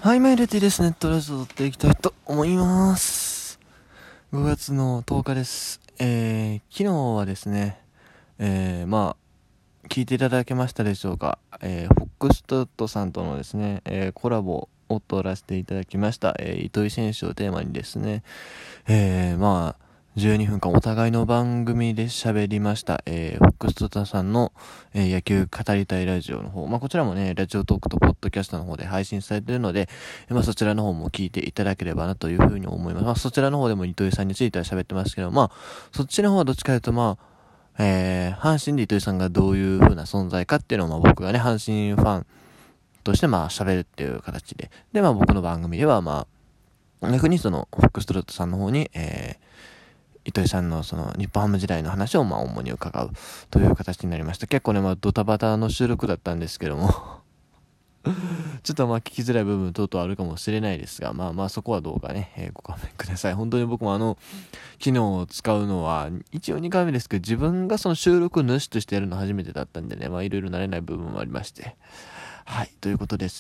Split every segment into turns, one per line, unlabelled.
はい、マイルティです。ネットラジオを撮っていきたいと思います。5月の10日です。昨日はですね、聞いていただけましたでしょうか。フォックストロットさんとのですね、コラボを撮らせていただきました。糸井選手をテーマにですね、12分間お互いの番組で喋りました。フォックストロットさんの、野球語りたいラジオの方、こちらもね、ラジオトークとポッドキャストの方で配信されているので、そちらの方も聞いていただければなというふうに思います。そちらの方でも糸井さんについては喋ってますけど、そっちの方はどっちかというと、阪神で糸井さんがどういう風な存在かっていうのを、僕がね、阪神ファンとして喋るっていう形で。で、僕の番組では逆にその、フォックストロットさんの方に、糸井さんのその、日本ハム時代の話を主に伺うという形になりました。結構ね、ドタバタの収録だったんですけどもちょっと聞きづらい部分等々あるかもしれないですが、そこはどうかね、ご勘弁ください。本当に僕も機能を使うのは、一応2回目ですけど、自分がその収録主としてやるの初めてだったんでね、いろいろ慣れない部分もありまして。はい、ということです。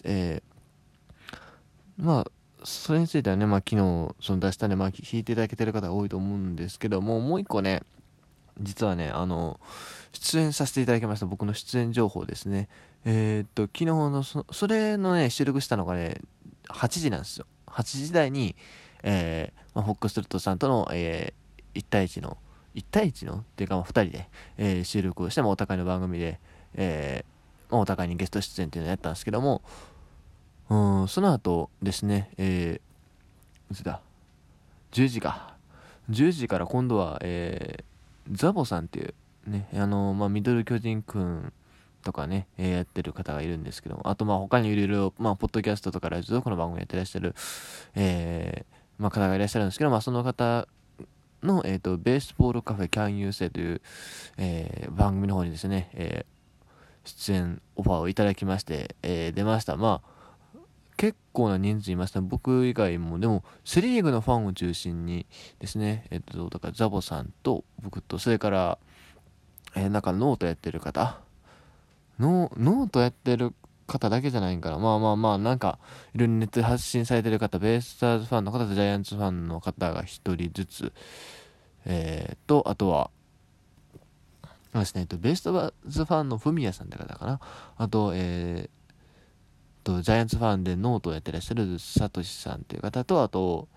それについてはね、昨日、その出したね、聞いていただけてる方が多いと思うんですけどもう一個ね、実はね、出演させていただきました。僕の出演情報ですね。昨日のそれのね、収録したのがね、8時なんですよ。8時台に、フォックストロットさんとの、1対1のっていうか、2人で、収録をして、お互いの番組で、お互いにゲスト出演っていうのをやったんですけども、その後ですね、いつだ、10時か。10時から今度は、ザボさんっていうね、ミドル巨人くんとかね、やってる方がいるんですけども、あと他にいろいろ、ポッドキャストとかラジオとかの番組やってらっしゃる、方がいらっしゃるんですけど、その方の、ベースボールカフェキャンユーセという、番組の方にですね、出演オファーをいただきまして、出ました。結構な人数いました。僕以外も、でも、セリーグのファンを中心にですね、だからザボさんと僕と、それから、ノートやってる方、ノートやってる方だけじゃないんかな。いろいろネットで発信されてる方、ベイスターズファンの方とジャイアンツファンの方が一人ずつ、あとは、ですね、ベイスターズファンのフミヤさんって方かな。あと、ジャイアンツファンでノートをやってらっしゃるサトシさんという方と、あと、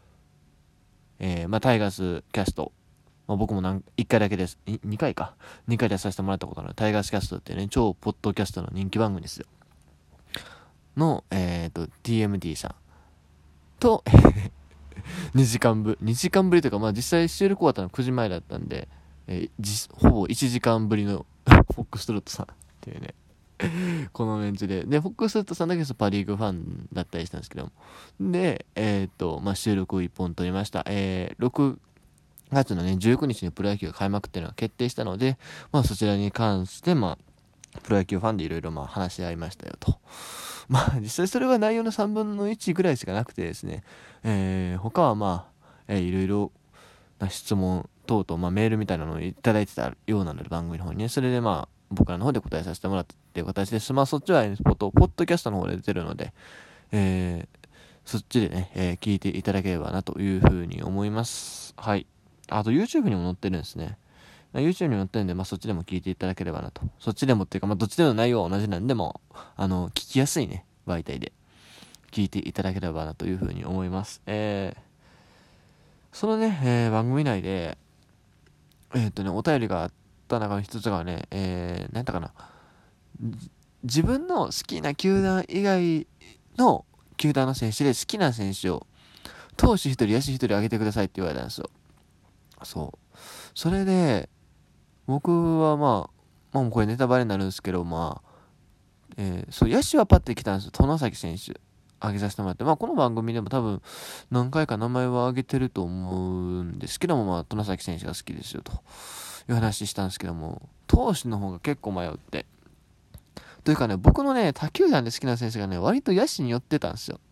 タイガースキャスト、僕も1回だけです。2回か。2回出させてもらったことのあるタイガースキャストっていうね、超ポッドキャストの人気番組ですよ。の、TMD さんと、2時間ぶりというか、実際収録終わったの9時前だったんで、ほぼ1時間ぶりのフォックストロットさんっていうね、このメンツで。で、フォックストロットさんだけパリーグファンだったりしたんですけども。で、収録を1本撮りました。6月のね、19日にプロ野球が開幕っていうのが決定したので、そちらに関して、プロ野球ファンでいろいろ話し合いましたよと。実際それは内容の3分の1ぐらいしかなくてですね、他はいろいろな質問等々、メールみたいなのをいただいてたようなので、番組の方にね、それで僕らの方で答えさせてもらったっていう形です。そっちは、ポッドキャストの方で出てるので、そっちでね、聞いていただければなというふうに思います。はい。あと YouTube にも載ってるんですね。YouTube にも載ってるんで、そっちでも聞いていただければなと。そっちでもっていうか、どっちでも内容は同じなんで、聞きやすいね、媒体で聞いていただければなというふうに思います。そのね、番組内で、お便りがあった中の一つがね、何やったかな。自分の好きな球団以外の球団の選手で好きな選手を投手一人野手一人挙げてくださいって言われたんですよ。そう。それで、僕はもうこれネタバレになるんですけど、そう、野手はパッて来たんですよ。外崎選手。挙げさせてもらって。この番組でも多分何回か名前は挙げてると思うんですけども、外崎選手が好きですよという話したんですけども、投手の方が結構迷って。というかね、僕のね、他球団で好きな選手がね、割と野手に寄ってたんですよ。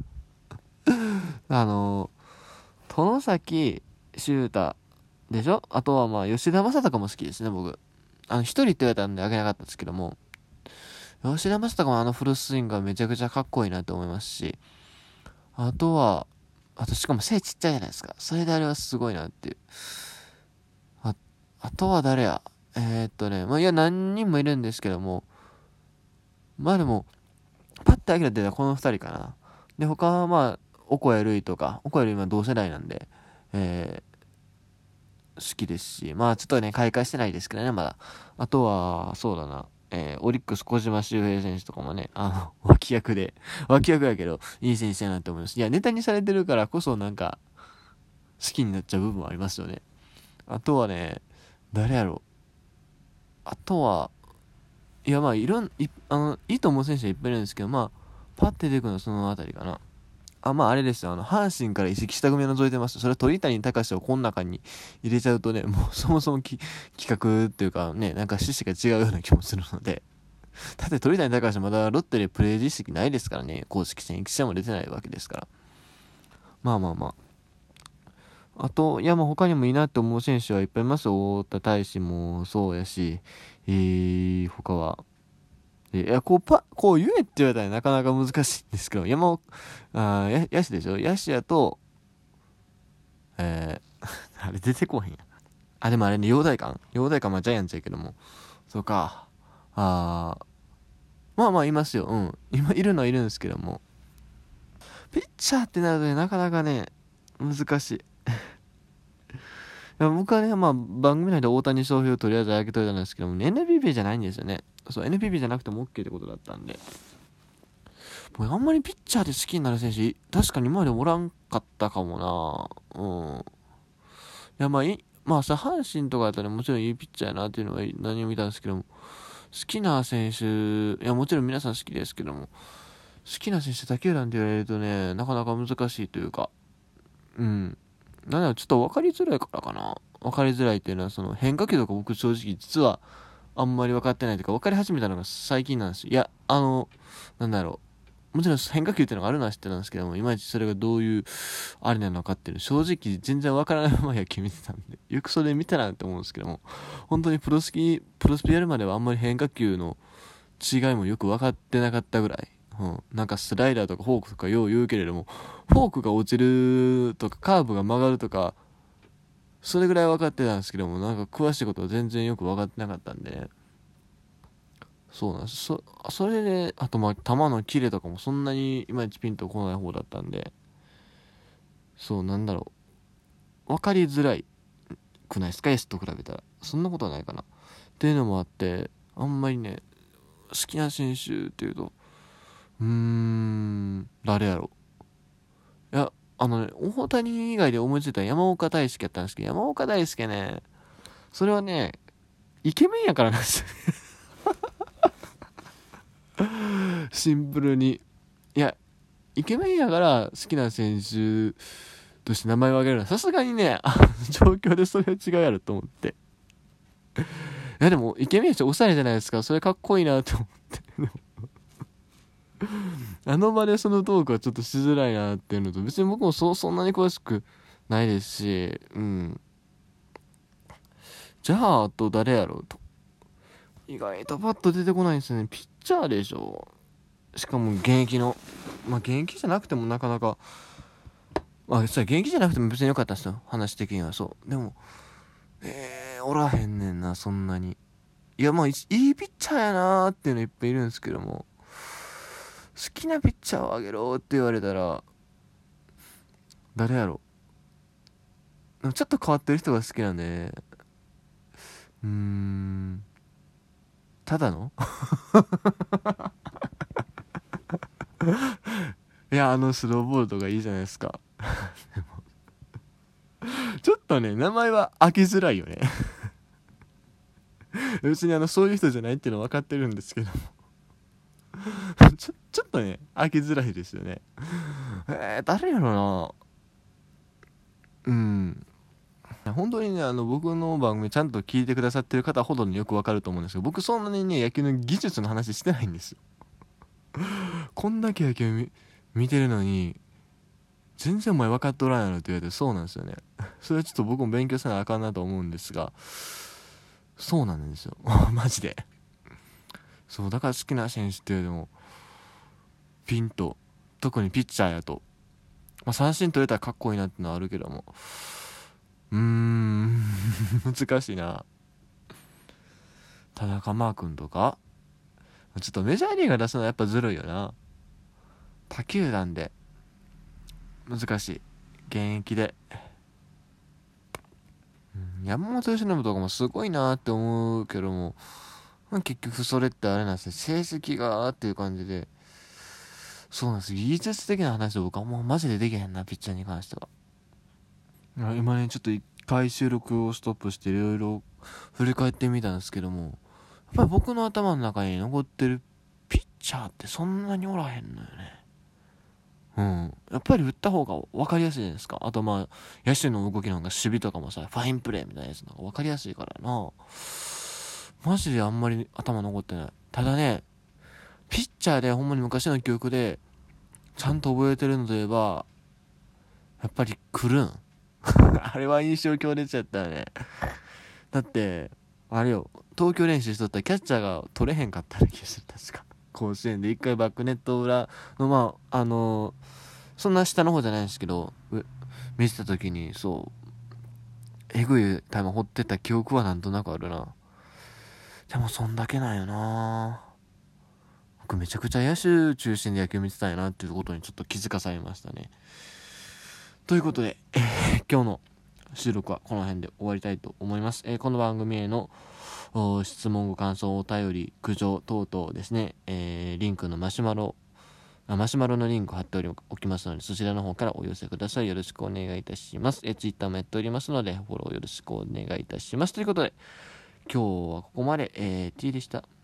外崎修太でしょ。あとは吉田正尚も好きですね、僕。一人って言われたんであげなかったんですけども、 吉田正尚もフルスイングがめちゃくちゃかっこいいなと思いますし、あとしかも背ちっちゃいじゃないですか。それであれはすごいなっていう。あとは誰やいや、何人もいるんですけども、でも、パッて挙げたらこの二人かな。で、他はオコエ瑠偉とか、オコエ瑠偉は同世代なんで、好きですし、ちょっとね、開花してないですけどね、まだ。あとは、そうだな、オリックス小島周平選手とかもね、脇役やけど、いい選手だなって思います。いや、ネタにされてるからこそ好きになっちゃう部分はありますよね。あとはね、誰やろう。あとは、いや、いいと思う選手はいっぱいいるんですけど、パッて出てくるのはそのあたりかな。あれですよ。阪神から移籍した組を除いてます。それは鳥谷敬をこの中に入れちゃうとね、もうそもそも企画っていうかね、趣旨が違うような気もするので。だって鳥谷敬まだロッテでプレー実績ないですからね。公式戦1試合も出てないわけですから。まあまあまあ。あと、いや他にもいいなって思う選手はいっぱいいます。太田大志もそうやし、他は。いや、こう言えって言われたらなかなか難しいんですけど、野手でしょ。野手やと、あれ出てこへんや。でもあれね、陽大館ジャイアンツやけども。そうか。いますよ。うん。今、いるのはいるんですけども。ピッチャーってなるとね、なかなかね、難しい。僕はね、番組内で大谷翔平をとりあえず挙げといたんですけども、NPB じゃないんですよね。そう、NPB じゃなくても OK ってことだったんで。もうあんまりピッチャーで好きになる選手、確かに今までおらんかったかもな。うん。いや、阪神とかだったらもちろんいいピッチャーやなっていうのは何を見たんですけども、好きな選手、いや、もちろん皆さん好きですけども、好きな選手だけなんて言われるとね、なかなか難しいというか、うん。なんだろう、ちょっと分かりづらいからかな。分かりづらいっていうのは、その変化球とか僕正直実はあんまり分かってないというか、分かり始めたのが最近なんですよ。いや、なんだろう。もちろん変化球っていうのがあるのは知ってたんですけども、いまいちそれがどういうあれなのかっていうの正直全然分からないまま野球見てたんで、よくそれ見たなって思うんですけども、本当にプロスピやるまではあんまり変化球の違いもよく分かってなかったぐらい。スライダーとかフォークとかよう言うけれども、フォークが落ちるとかカーブが曲がるとか、それぐらい分かってたんですけども、詳しいことは全然よく分かってなかったんでね。そうなんです。それで、あと球のキレとかもそんなにいまいちピンとこない方だったんで、分かりづらいくないですか、S と比べたら。そんなことはないかな。っていうのもあって、あんまりね、好きな選手っていうと、誰やろう。いや、大谷以外で思いついたら山岡大輔やったんですけど、山岡大輔ね、それはね、イケメンやからなんですよ。シンプルに。いや、イケメンやから好きな選手として名前を挙げるのはさすがにね、状況でそれは違うやろと思って。いやでも、イケメンやしおしゃれじゃないですか。それかっこいいなと思って。あの場でそのトークはちょっとしづらいなっていうのと、別に僕もそんなに詳しくないですし、うん。じゃあ、あと誰やろうと。意外とパッと出てこないんですよね。ピッチャーでしょ。しかも現役の。現役じゃなくてもなかなか、現役じゃなくても別に良かったですよ。話的にはそう。でも、おらへんねんな、そんなに。いや、いいピッチャーやなーっていうのいっぱいいるんですけども、好きなピッチャーをあげろって言われたら、誰やろ。でもちょっと変わってる人が好きなんで、ただのいや、スローボールとかいいじゃないですか。ちょっとね、名前は開きづらいよね。別にそういう人じゃないっていうのは分かってるんですけども。ちょっとね、開きづらいですよね。誰やろな。本当にね、僕の番組ちゃんと聞いてくださってる方ほどによくわかると思うんですけど、僕そんなにね、野球の技術の話してないんですよ。こんだけ野球見てるのに、全然お前分かっとらんやろって言われて、そうなんですよね。それはちょっと僕も勉強せなあかんなと思うんですが、そうなんですよ。マジで。 そうだから好きな選手っていうのもピンと、特にピッチャーやと、三振取れたらかっこいいなってのはあるけども、難しいな。田中マー君とか、ちょっとメジャーリーガー出すのはやっぱずるいよな。他球団で難しい、現役で。山本由伸とかもすごいなって思うけども、結局それってあれなんですね、成績がっていう感じで。そうなんです、技術的な話で僕はもうマジでできへんな、ピッチャーに関しては。今ねちょっと一回収録をストップしていろいろ振り返ってみたんですけども、やっぱり僕の頭の中に残ってるピッチャーってそんなにおらへんのよね。やっぱり打った方が分かりやすいじゃないですか。あと野手の動きの方が守備とかもさ、ファインプレーみたいなやつの方が分かりやすいからな。マジであんまり頭残ってない。ただね、ピッチャーでほんまに昔の記憶でちゃんと覚えてるのといえば、やっぱりクルーンあれは印象強烈やったよね。だってあれよ、東京練習しとったらキャッチャーが取れへんかった気がする。確か甲子園で一回バックネット裏のそんな下の方じゃないんですけど、見てた時にえぐい球掘ってた記憶はなんとなくあるな。でもそんだけなんよな。僕めちゃくちゃ野手中心で野球見てたんやなっていうことにちょっと気づかされましたね。ということで、今日の収録はこの辺で終わりたいと思います。この番組への質問ご感想お便り苦情等々ですね、リンクのマシュマロのリンクを貼っておきますので、そちらの方からお寄せください。よろしくお願いいたします。ツイッターもやっておりますのでフォローよろしくお願いいたします。ということで今日はここまで。T でした。